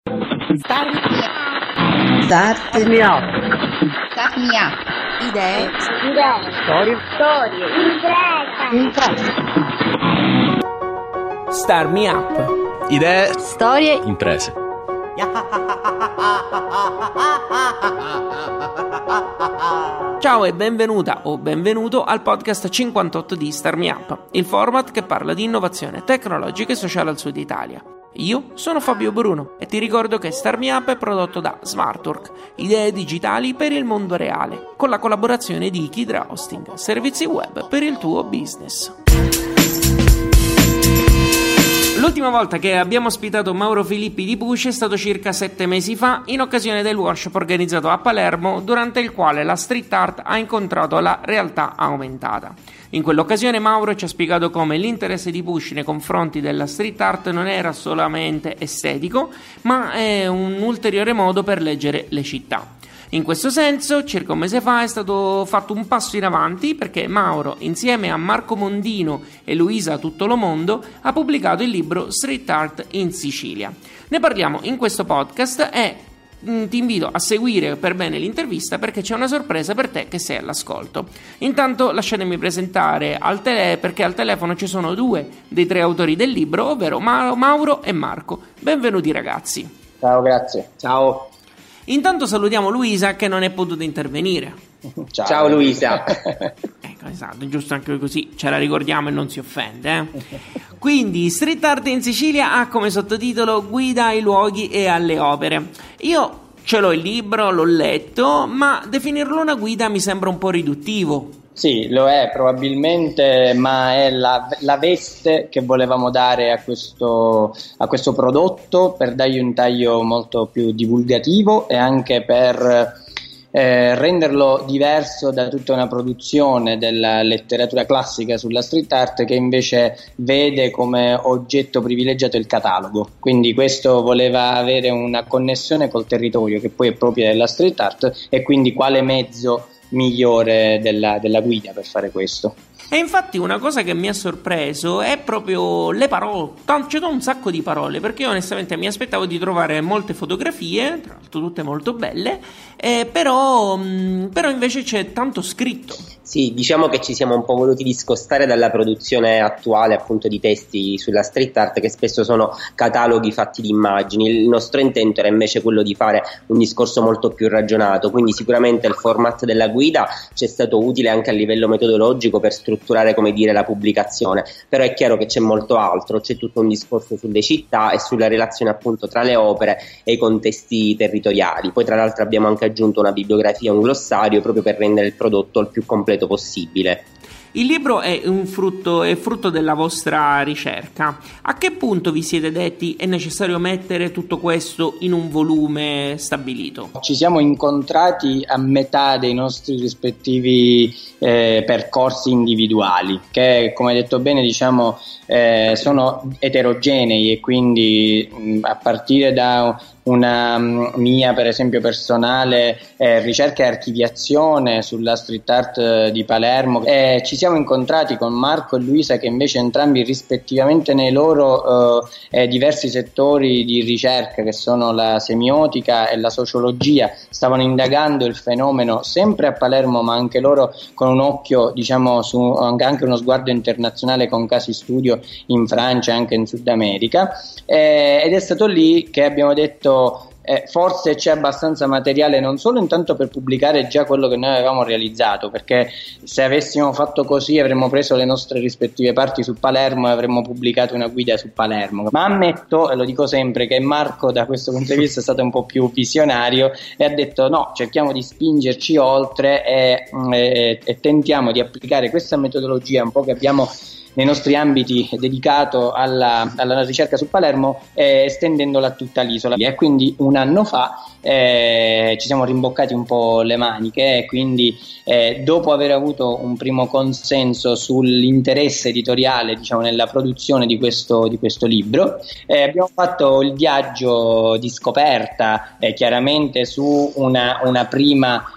Start me up. Idee. Storie. Imprese. Start me up. Idee. Storie. Imprese. Ciao e benvenuta o benvenuto al podcast 58 di Start Me Up, il format che parla di innovazione tecnologica e sociale al sud Italia. Io sono Fabio Bruno e ti ricordo che Start Me Up è prodotto da Smartwork, idee digitali per il mondo reale, con la collaborazione di Kidra Hosting, servizi web per il tuo business. L'ultima volta che abbiamo ospitato Mauro Filippi di Push è stato circa 7 mesi fa, in occasione del workshop organizzato a Palermo, durante il quale la street art ha incontrato la realtà aumentata. In quell'occasione Mauro ci ha spiegato come l'interesse di Push nei confronti della street art non era solamente estetico, ma è un ulteriore modo per leggere le città. In questo senso, circa un mese fa è stato fatto un passo in avanti perché Mauro, insieme a Marco Mondino e Luisa Tuttolomondo, ha pubblicato il libro Street Art in Sicilia. Ne parliamo in questo podcast e ti invito a seguire per bene l'intervista perché c'è una sorpresa per te che sei all'ascolto. Intanto lasciatemi presentare perché al telefono ci sono due dei tre autori del libro, ovvero Mauro e Marco. Benvenuti ragazzi. Ciao, grazie. Ciao. Intanto salutiamo Luisa che non è potuta intervenire. Ciao Luisa. Ecco, esatto, giusto, anche così ce la ricordiamo e non si offende. Quindi Street Art in Sicilia ha come sottotitolo Guida ai luoghi e alle opere. Io ce l'ho il libro, l'ho letto, ma definirlo una guida mi sembra un po' riduttivo. Sì, lo è probabilmente, ma è la veste che volevamo dare a questo prodotto per dargli un taglio molto più divulgativo e anche per renderlo diverso da tutta una produzione della letteratura classica sulla street art che invece vede come oggetto privilegiato il catalogo. Quindi questo voleva avere una connessione col territorio che poi è propria della street art e quindi quale mezzo migliore della guida per fare questo. E infatti una cosa che mi ha sorpreso è proprio le parole. C'è un sacco di parole, perché io onestamente mi aspettavo di trovare molte fotografie, tra l'altro tutte molto belle, però invece c'è tanto scritto. Sì, diciamo che ci siamo un po' voluti discostare dalla produzione attuale appunto di testi sulla street art che spesso sono cataloghi fatti di immagini. Il nostro intento era invece quello di fare un discorso molto più ragionato, quindi sicuramente il format della guida ci è stato utile anche a livello metodologico per strutturare, come dire, la pubblicazione, però è chiaro che c'è molto altro, c'è tutto un discorso sulle città e sulla relazione appunto tra le opere e i contesti territoriali. Poi tra l'altro abbiamo anche aggiunto una bibliografia, un glossario proprio per rendere il prodotto il più completo possibile. Il libro è frutto della vostra ricerca. A che punto vi siete detti è necessario mettere tutto questo in un volume stabilito? Ci siamo incontrati a metà dei nostri rispettivi percorsi individuali che, come hai detto bene, diciamo sono eterogenei e quindi a partire da una mia per esempio personale ricerca e archiviazione sulla street art di Palermo, ci siamo incontrati con Marco e Luisa che invece entrambi rispettivamente nei loro diversi settori di ricerca che sono la semiotica e la sociologia stavano indagando il fenomeno sempre a Palermo, ma anche loro con un occhio diciamo su anche uno sguardo internazionale con casi studio in Francia e anche in Sud America, ed è stato lì che abbiamo detto forse c'è abbastanza materiale non solo intanto per pubblicare già quello che noi avevamo realizzato, perché se avessimo fatto così avremmo preso le nostre rispettive parti su Palermo e avremmo pubblicato una guida su Palermo, ma ammetto, e lo dico sempre, che Marco da questo punto di vista è stato un po' più visionario e ha detto no, cerchiamo di spingerci oltre e tentiamo di applicare questa metodologia un po' che abbiamo nei nostri ambiti dedicato alla ricerca su Palermo, estendendola a tutta l'isola. E quindi un anno fa ci siamo rimboccati un po' le maniche e quindi dopo aver avuto un primo consenso sull'interesse editoriale, diciamo, nella produzione di questo libro, abbiamo fatto il viaggio di scoperta chiaramente su una prima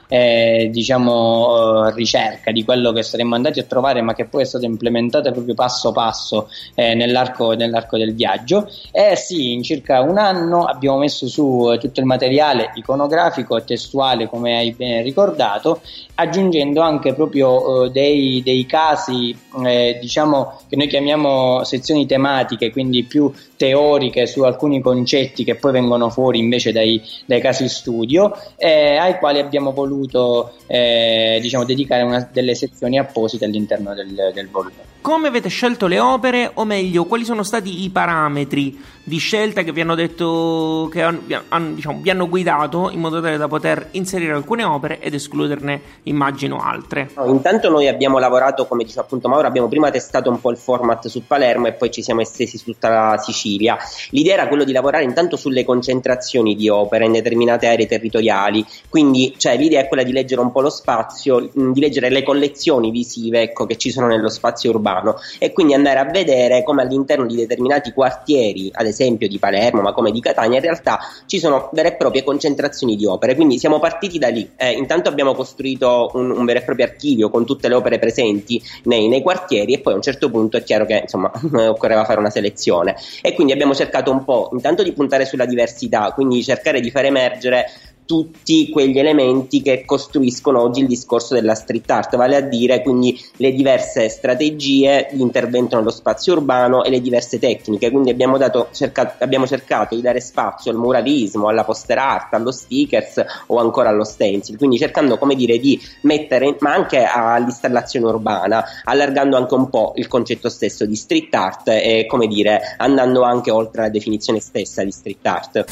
ricerca di quello che saremmo andati a trovare, ma che poi è stata implementata proprio passo passo nell'arco del viaggio. E sì, in circa un anno abbiamo messo su tutto il materiale iconografico e testuale, come hai ben ricordato, aggiungendo anche proprio dei casi che noi chiamiamo sezioni tematiche, quindi più teoriche su alcuni concetti che poi vengono fuori invece dai casi studio, ai quali abbiamo voluto dedicare delle sezioni apposite all'interno del volume. Come avete scelto le opere, o meglio, quali sono stati i parametri di scelta che vi hanno detto, che vi hanno guidato in modo tale da poter inserire alcune opere ed escluderne, immagino, altre? Intanto noi abbiamo lavorato, come diceva appunto Mauro, abbiamo prima testato un po' il format su Palermo e poi ci siamo estesi su tutta la Sicilia. L'idea era quello di lavorare intanto sulle concentrazioni di opere in determinate aree territoriali, quindi l'idea è quella di leggere un po' lo spazio, di leggere le collezioni visive, che ci sono nello spazio urbano, e quindi andare a vedere come all'interno di determinati quartieri, ad esempio di Palermo ma come di Catania, in realtà ci sono vere e proprie concentrazioni di opere. Quindi siamo partiti da lì. Intanto abbiamo costruito un vero e proprio archivio con tutte le opere presenti nei quartieri, e poi a un certo punto è chiaro che occorreva fare una selezione, e quindi abbiamo cercato un po' intanto di puntare sulla diversità, quindi cercare di far emergere tutti quegli elementi che costruiscono oggi il discorso della street art, vale a dire quindi le diverse strategie di intervento nello spazio urbano e le diverse tecniche. Quindi abbiamo cercato di dare spazio al muralismo, alla poster art, allo stickers o ancora allo stencil, quindi cercando di mettere, ma anche all'installazione urbana, allargando anche un po' il concetto stesso di street art e andando anche oltre la definizione stessa di street art.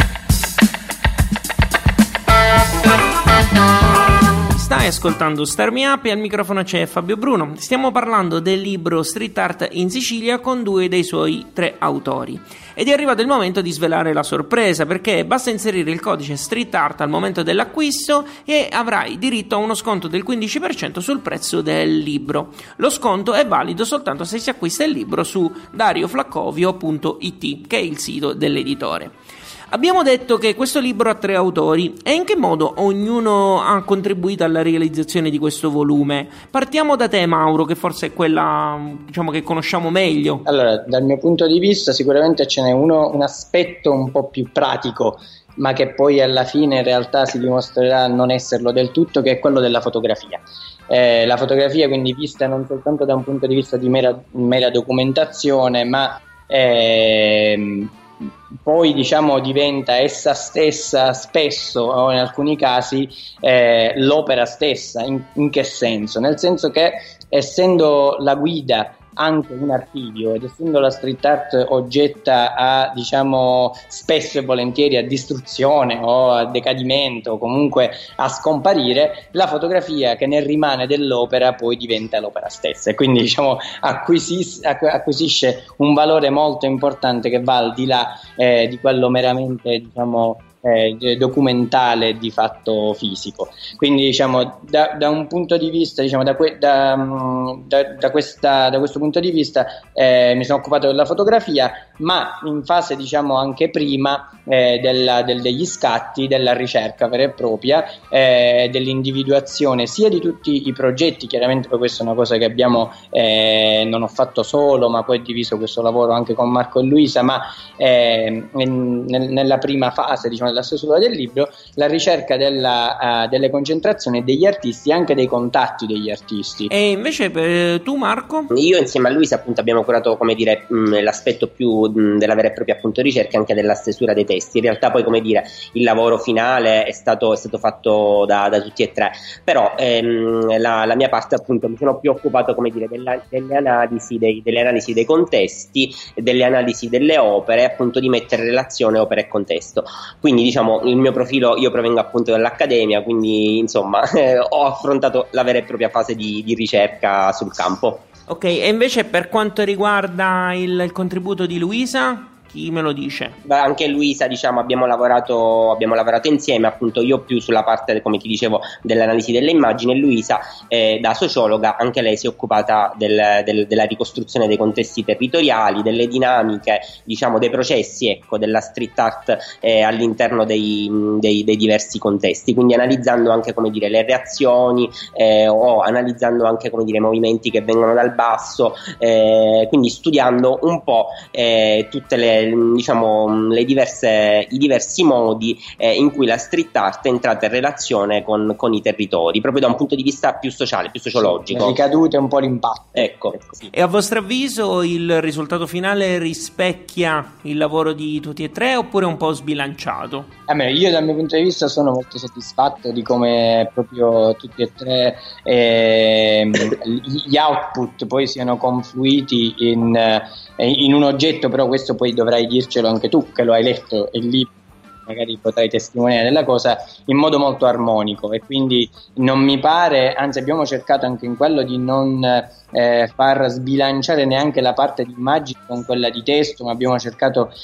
Stai ascoltando Start Me Up e al microfono c'è Fabio Bruno. Stiamo parlando del libro Street Art in Sicilia con 2 dei suoi 3 autori. Ed è arrivato il momento di svelare la sorpresa, perché basta inserire il codice Street Art al momento dell'acquisto e avrai diritto a uno sconto del 15% sul prezzo del libro. Lo sconto è valido soltanto se si acquista il libro su darioflaccovio.it, che è il sito dell'editore. Abbiamo detto che questo libro ha 3 autori, e in che modo ognuno ha contribuito alla realizzazione di questo volume? Partiamo da te, Mauro, che forse è quella che conosciamo meglio. Allora, dal mio punto di vista sicuramente ce n'è un aspetto un po' più pratico, ma che poi alla fine in realtà si dimostrerà non esserlo del tutto, che è quello della fotografia. La fotografia quindi vista non soltanto da un punto di vista di mera documentazione, ma poi diventa essa stessa spesso, o in alcuni casi l'opera stessa. In che senso? Nel senso che, essendo la guida anche un archivio ed essendo la street art oggetta a spesso e volentieri a distruzione o a decadimento o comunque a scomparire, la fotografia che ne rimane dell'opera poi diventa l'opera stessa, e quindi acquisisce un valore molto importante che va al di là di quello meramente documentale, di fatto fisico. Quindi da un punto di vista da questo punto di vista mi sono occupato della fotografia, ma in fase anche prima degli scatti, della ricerca vera e propria, dell'individuazione sia di tutti i progetti. Chiaramente poi questa è una cosa che abbiamo non ho fatto solo, ma poi ho diviso questo lavoro anche con Marco e Luisa, ma nella prima fase della stesura del libro, la ricerca delle concentrazioni degli artisti, anche dei contatti degli artisti. E invece tu, Marco? Io insieme a Luisa appunto abbiamo curato l'aspetto più della vera e propria ricerca, anche della stesura dei testi. In realtà poi il lavoro finale è stato fatto da tutti e 3, però la mia parte appunto mi sono più occupato delle analisi dei contesti, delle analisi delle opere, appunto di mettere in relazione opera e contesto. Quindi il mio profilo, io provengo appunto dall'accademia, quindi ho affrontato la vera e propria fase di ricerca sul campo. Ok, e invece per quanto riguarda il contributo di Luisa? Chi me lo dice? Beh, anche Luisa, diciamo, abbiamo lavorato insieme, appunto io più sulla parte, come ti dicevo, dell'analisi delle immagini, e Luisa da sociologa, anche lei si è occupata della ricostruzione dei contesti territoriali, delle dinamiche, diciamo, dei processi, ecco, della street art all'interno dei diversi contesti, quindi analizzando anche, come dire, le reazioni o analizzando anche, come dire, movimenti che vengono dal basso, quindi studiando un po' tutte i diversi modi in cui la street art è entrata in relazione con i territori, proprio da un punto di vista più sociale, più sociologico. Le ricadute, un po' l'impatto. Ecco, sì. E a vostro avviso il risultato finale rispecchia il lavoro di tutti e tre, oppure è un po' sbilanciato? Io dal mio punto di vista sono molto soddisfatto di come proprio tutti e tre gli output poi siano confluiti in un oggetto, però questo poi dovrai dircelo anche tu che lo hai letto il libro, magari potrai testimoniare della cosa, in modo molto armonico, e quindi non mi pare, anzi abbiamo cercato anche in quello di non far sbilanciare neanche la parte di immagine con quella di testo, ma abbiamo cercato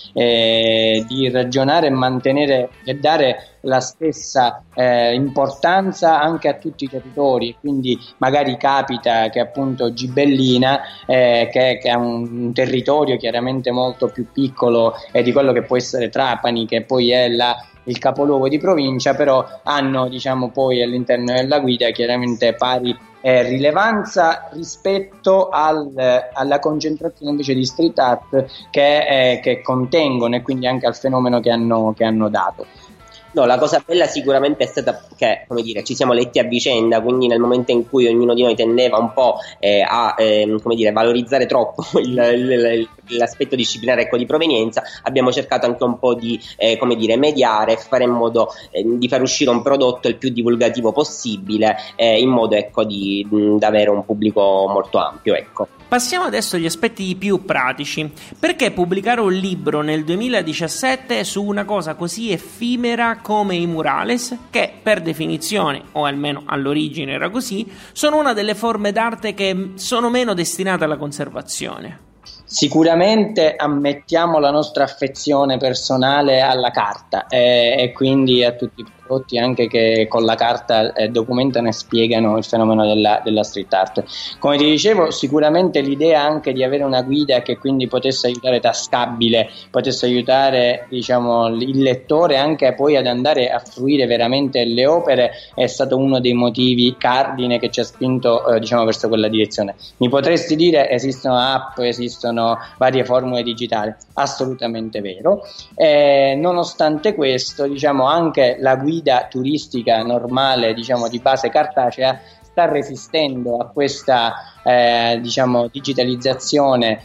di ragionare e mantenere e dare la stessa importanza anche a tutti i territori. Quindi magari capita che appunto Gibellina che ha un territorio chiaramente molto più piccolo di quello che può essere Trapani, che poi è il capoluogo di provincia, però hanno, diciamo, poi all'interno della guida chiaramente pari rilevanza rispetto alla concentrazione invece di street art che contengono, e quindi anche al fenomeno che hanno dato. No, la cosa bella sicuramente è stata che, come dire, ci siamo letti a vicenda, quindi nel momento in cui ognuno di noi tendeva un po' a come dire, valorizzare troppo l'aspetto disciplinare, ecco, di provenienza, abbiamo cercato anche un po' di come dire, mediare e fare in modo di far uscire un prodotto il più divulgativo possibile, in modo, ecco, di avere un pubblico molto ampio, ecco. Passiamo adesso agli aspetti più pratici. Perché pubblicare un libro nel 2017 su una cosa così effimera come i murales, che per definizione, o almeno all'origine era così, sono una delle forme d'arte che sono meno destinate alla conservazione? Sicuramente ammettiamo la nostra affezione personale alla carta e quindi a tutti i prodotti anche che con la carta documentano e spiegano il fenomeno della street art. Come ti dicevo, sicuramente l'idea anche di avere una guida che quindi potesse aiutare, tascabile, potesse aiutare, diciamo, il lettore anche poi ad andare a fruire veramente le opere, è stato uno dei motivi cardine che ci ha spinto diciamo verso quella direzione. Mi potresti dire esistono app, esistono varie formule digitali, assolutamente vero. Nonostante questo, diciamo, anche la guida turistica normale, diciamo di base cartacea, sta resistendo a questa diciamo digitalizzazione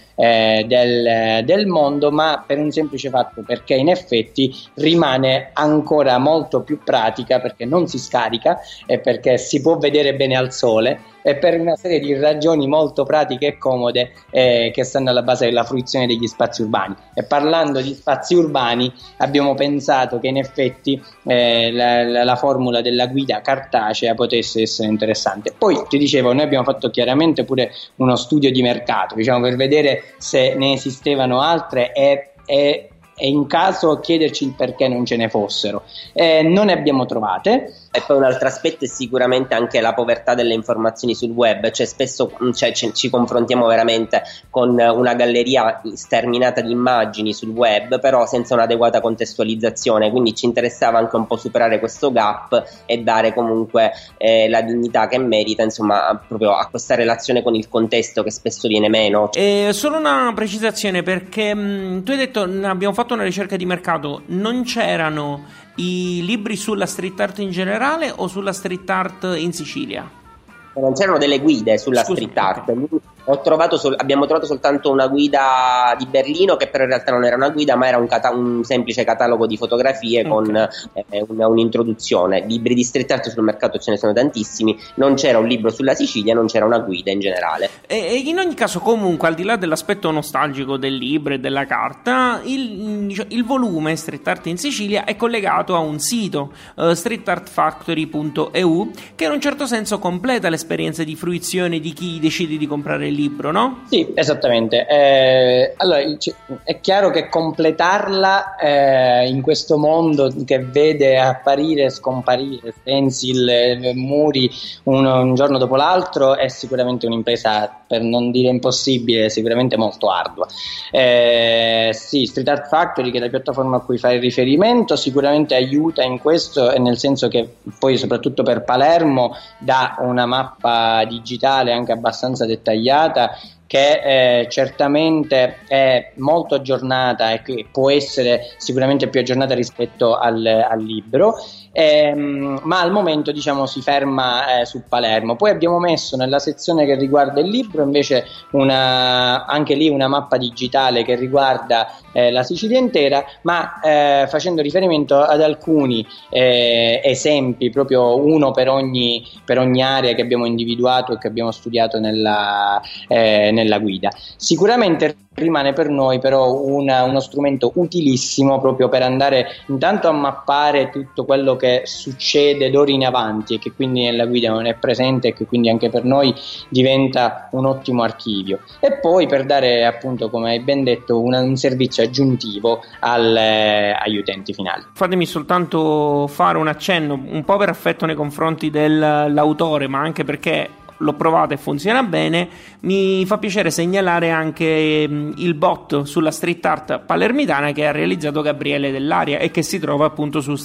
del mondo, ma per un semplice fatto, perché in effetti rimane ancora molto più pratica, perché non si scarica e perché si può vedere bene al sole, e per una serie di ragioni molto pratiche e comode che stanno alla base della fruizione degli spazi urbani. E parlando di spazi urbani, abbiamo pensato che in effetti la formula della guida cartacea potesse essere interessante. Poi ti dicevo, noi abbiamo fatto chiaramente pure uno studio di mercato, diciamo, per vedere se ne esistevano altre e in caso chiederci il perché non ce ne fossero. Non ne abbiamo trovate. E poi un altro aspetto è sicuramente anche la povertà delle informazioni sul web, cioè spesso ci confrontiamo veramente con una galleria sterminata di immagini sul web, però senza un'adeguata contestualizzazione, quindi ci interessava anche un po' superare questo gap e dare comunque la dignità che merita, insomma, proprio a questa relazione con il contesto che spesso viene meno. Solo una precisazione, perché tu hai detto abbiamo fatto una ricerca di mercato, non c'erano i libri sulla street art in generale o sulla street art in Sicilia? Non c'erano delle guide sulla street art. Abbiamo trovato soltanto una guida di Berlino, che però in realtà non era una guida, ma era un semplice catalogo di fotografie con un'introduzione. Libri di street art sul mercato ce ne sono tantissimi, non c'era un libro sulla Sicilia, non c'era una guida in generale. E in ogni caso, comunque, al di là dell'aspetto nostalgico del libro e della carta, il volume Street Art in Sicilia è collegato a un sito, streetartfactory.eu, che in un certo senso completa l'esperienza di fruizione di chi decide di comprare il del libro, no? Sì, esattamente. Allora, è chiaro che completarla in questo mondo che vede apparire e scomparire stencil, muri un giorno dopo l'altro è sicuramente un'impresa, per non dire impossibile, sicuramente molto ardua. Sì, Street Art Factory, che è la piattaforma a cui fare riferimento, sicuramente aiuta in questo, e nel senso che poi soprattutto per Palermo dà una mappa digitale anche abbastanza dettagliata, che certamente è molto aggiornata e che può essere sicuramente più aggiornata rispetto al libro, ma al momento diciamo si ferma su Palermo. Poi abbiamo messo nella sezione che riguarda il libro invece anche lì una mappa digitale che riguarda la Sicilia intera, ma facendo riferimento ad alcuni esempi, proprio uno per ogni area che abbiamo individuato e che abbiamo studiato nella guida. Sicuramente rimane per noi però uno strumento utilissimo proprio per andare intanto a mappare tutto quello che succede d'ora in avanti e che quindi nella guida non è presente e che quindi anche per noi diventa un ottimo archivio, e poi per dare, appunto, come hai ben detto, un servizio aggiuntivo agli utenti finali. Fatemi soltanto fare un accenno, un po' per affetto nei confronti dell'autore, ma anche perché l'ho provato e funziona bene. Mi fa piacere segnalare anche il bot sulla street art palermitana che ha realizzato Gabriele Dell'Aria e che si trova appunto su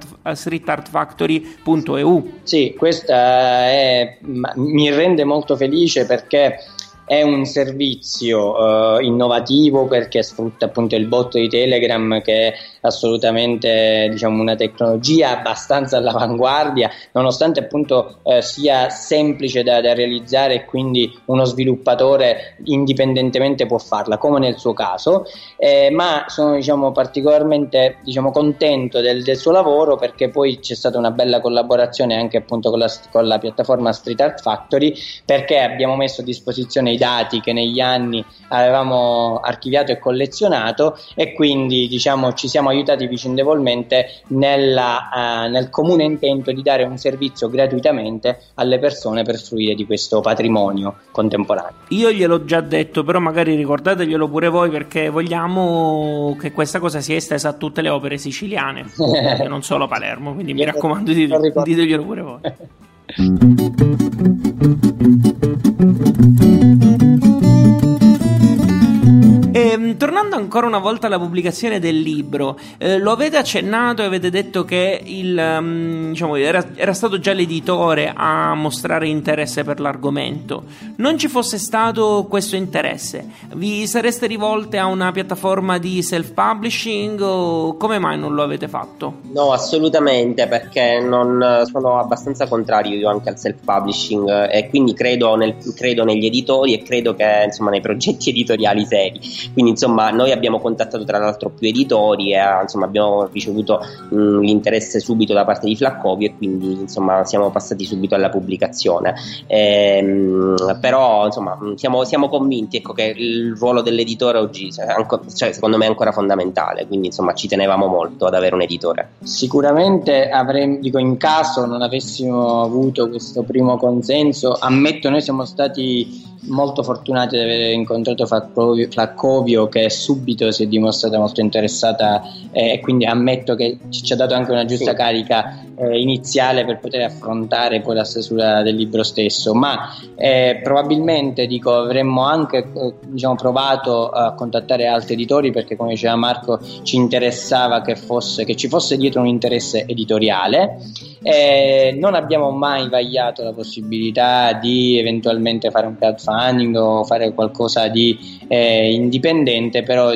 streetartfactory.eu. Sì, questa mi rende molto felice perché è un servizio innovativo, perché sfrutta appunto il bot di Telegram, che è assolutamente, diciamo, una tecnologia abbastanza all'avanguardia, nonostante appunto sia semplice da realizzare e quindi uno sviluppatore indipendentemente può farla, come nel suo caso, ma sono, diciamo, particolarmente, diciamo, contento del suo lavoro, perché poi c'è stata una bella collaborazione anche appunto con la piattaforma Street Art Factory, perché abbiamo messo a disposizione i dati che negli anni avevamo archiviato e collezionato, e quindi, diciamo, ci siamo aiutati vicendevolmente nel comune intento di dare un servizio gratuitamente alle persone per fruire di questo patrimonio contemporaneo. Io gliel'ho già detto, però magari ricordateglielo pure voi, perché vogliamo che questa cosa sia estesa a tutte le opere siciliane e non solo Palermo, quindi mi raccomando, diteglielo pure voi. Tornando ancora una volta alla pubblicazione del libro, lo avete accennato e avete detto che diciamo, era stato già l'editore a mostrare interesse per l'argomento. Non ci fosse stato questo interesse, vi sareste rivolte a una piattaforma di self-publishing o come mai non lo avete fatto? No, assolutamente, perché non sono abbastanza contrario io anche al self-publishing, e quindi credo negli editori e credo che, insomma, nei progetti editoriali seri. Quindi, insomma, noi abbiamo contattato tra l'altro più editori e insomma abbiamo ricevuto l'interesse subito da parte di Flaccovio, e quindi, insomma, siamo passati subito alla pubblicazione. Però, insomma, siamo convinti, ecco, che il ruolo dell'editore oggi, secondo me, è ancora fondamentale, quindi, insomma, ci tenevamo molto ad avere un editore. Sicuramente in caso non avessimo avuto questo primo consenso, ammetto, noi siamo stati molto fortunati ad aver incontrato Flaccovio, che subito si è dimostrata molto interessata, e quindi ammetto che ci ha dato anche una giusta carica iniziale per poter affrontare poi la stesura del libro stesso, ma probabilmente avremmo anche provato a contattare altri editori, perché, come diceva Marco, ci interessava che ci fosse dietro un interesse editoriale. Non abbiamo mai vagliato la possibilità di eventualmente fare un crowdfunding o fare qualcosa di indipendente, però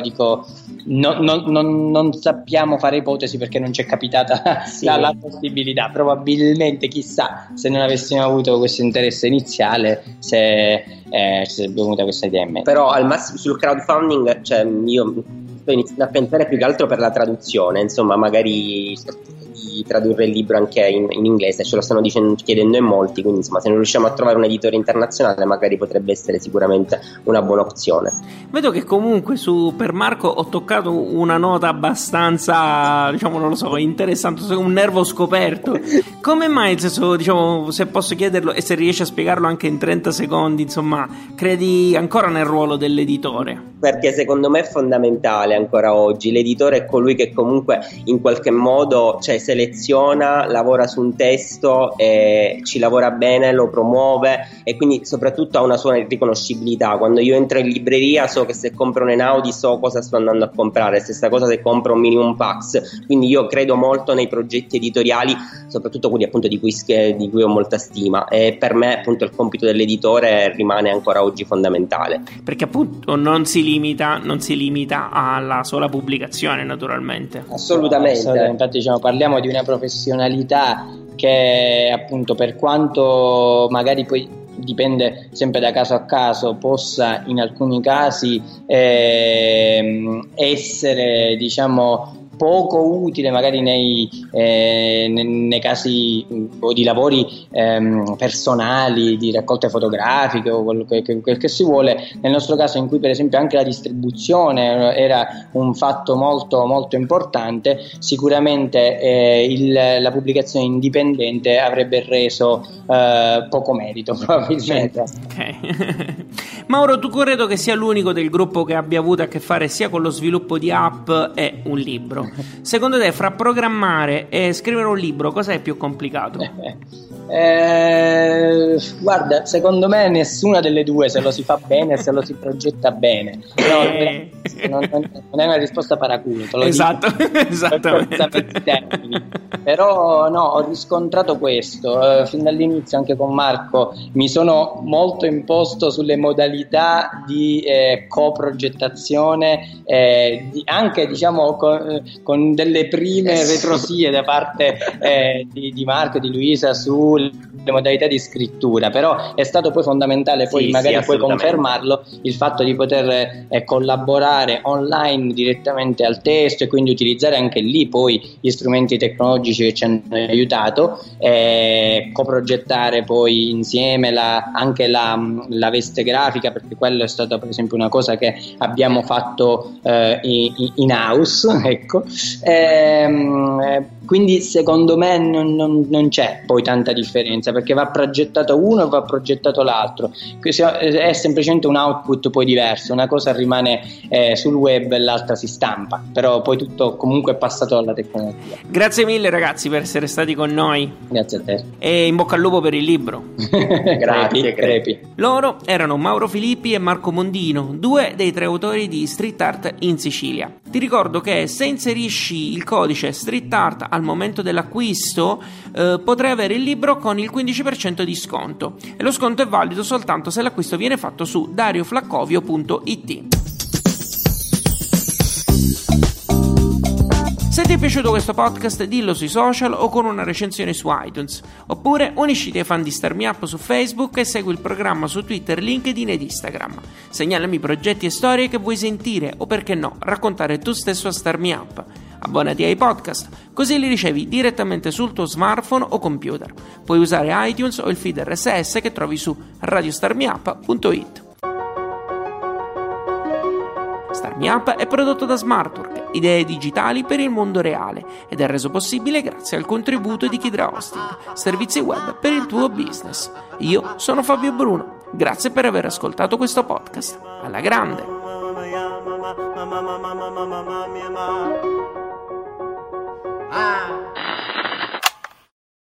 non sappiamo fare ipotesi, perché non ci è capitata la possibilità. Probabilmente, chissà, se non avessimo avuto questo interesse iniziale, se sarebbe venuta questa idea in mente. Però al massimo sul crowdfunding, io sto iniziando a pensare più che altro per la traduzione, insomma, magari di tradurre il libro anche in inglese, ce lo stanno chiedendo in molti, quindi insomma se non riusciamo a trovare un editore internazionale magari potrebbe essere sicuramente una buona opzione. Vedo che comunque per Marco ho toccato una nota abbastanza, diciamo, non lo so, interessante, un nervo scoperto. Come mai, diciamo, se posso chiederlo e se riesci a spiegarlo anche in 30 secondi, insomma, credi ancora nel ruolo dell'editore? Perché secondo me è fondamentale ancora oggi. L'editore è colui che comunque in qualche modo seleziona, lavora su un testo e ci lavora bene, lo promuove e quindi soprattutto ha una sua riconoscibilità. Quando io entro in libreria so che se compro un Einaudi so cosa sto andando a comprare, stessa cosa se compro un Minimum Pax, quindi io credo molto nei progetti editoriali, soprattutto quelli appunto di cui ho molta stima, e per me appunto il compito dell'editore rimane ancora oggi fondamentale. Perché appunto non si limita alla sola pubblicazione, naturalmente. Assolutamente. Infatti diciamo, parliamo di una professionalità che appunto, per quanto magari poi dipende sempre da caso a caso, possa in alcuni casi essere, diciamo, poco utile magari nei casi o di lavori personali, di raccolte fotografiche o quello che si vuole. Nel nostro caso, in cui per esempio anche la distribuzione era un fatto molto molto importante, sicuramente la pubblicazione indipendente avrebbe reso poco merito probabilmente. Okay. Mauro, tu credo che sia l'unico del gruppo che abbia avuto a che fare sia con lo sviluppo di app e un libro. Secondo te, fra programmare e scrivere un libro, cosa è più complicato? Guarda, secondo me nessuna delle due, se lo si fa bene, se lo si progetta bene. Non è una risposta paraculo, te lo esatto, dico, esattamente. Però no, ho riscontrato questo fin dall'inizio, anche con Marco mi sono molto imposto sulle modalità di coprogettazione, anche diciamo con delle prime retrosie da parte di Marco e di Luisa sulle modalità di scrittura, però è stato poi fondamentale, poi magari puoi confermarlo, il fatto di poter collaborare online direttamente al testo e quindi utilizzare anche lì poi gli strumenti tecnologici che ci hanno aiutato, coprogettare poi insieme anche la veste grafica, perché quello è stata per esempio una cosa che abbiamo fatto in house, ecco. Quindi secondo me non c'è poi tanta differenza, perché va progettato uno e va progettato l'altro, è semplicemente un output poi diverso, una cosa rimane sul web e l'altra si stampa, però poi tutto comunque è passato dalla tecnologia. Grazie mille ragazzi per essere stati con noi. Grazie a te. E in bocca al lupo per il libro. Grazie, crepi. Loro erano Mauro Filippi e Marco Mondino, due dei 3 autori di Street Art in Sicilia. Ti ricordo che se inserisci il codice Street Art al momento dell'acquisto potrai avere il libro con il 15% di sconto, e lo sconto è valido soltanto se l'acquisto viene fatto su darioflaccovio.it. Se ti è piaciuto questo podcast, dillo sui social o con una recensione su iTunes, oppure unisciti ai fan di Start Me Up su Facebook e segui il programma su Twitter, LinkedIn ed Instagram. Segnalami progetti e storie che vuoi sentire o, perché no, raccontare tu stesso a Start Me Up. Abbonati ai podcast, così li ricevi direttamente sul tuo smartphone o computer. Puoi usare iTunes o il feed RSS che trovi su radiostarmiup.it. Start Me Up è prodotto da Smartwork, idee digitali per il mondo reale, ed è reso possibile grazie al contributo di Kidra Hosting, servizi web per il tuo business. Io sono Fabio Bruno, grazie per aver ascoltato questo podcast. Alla grande!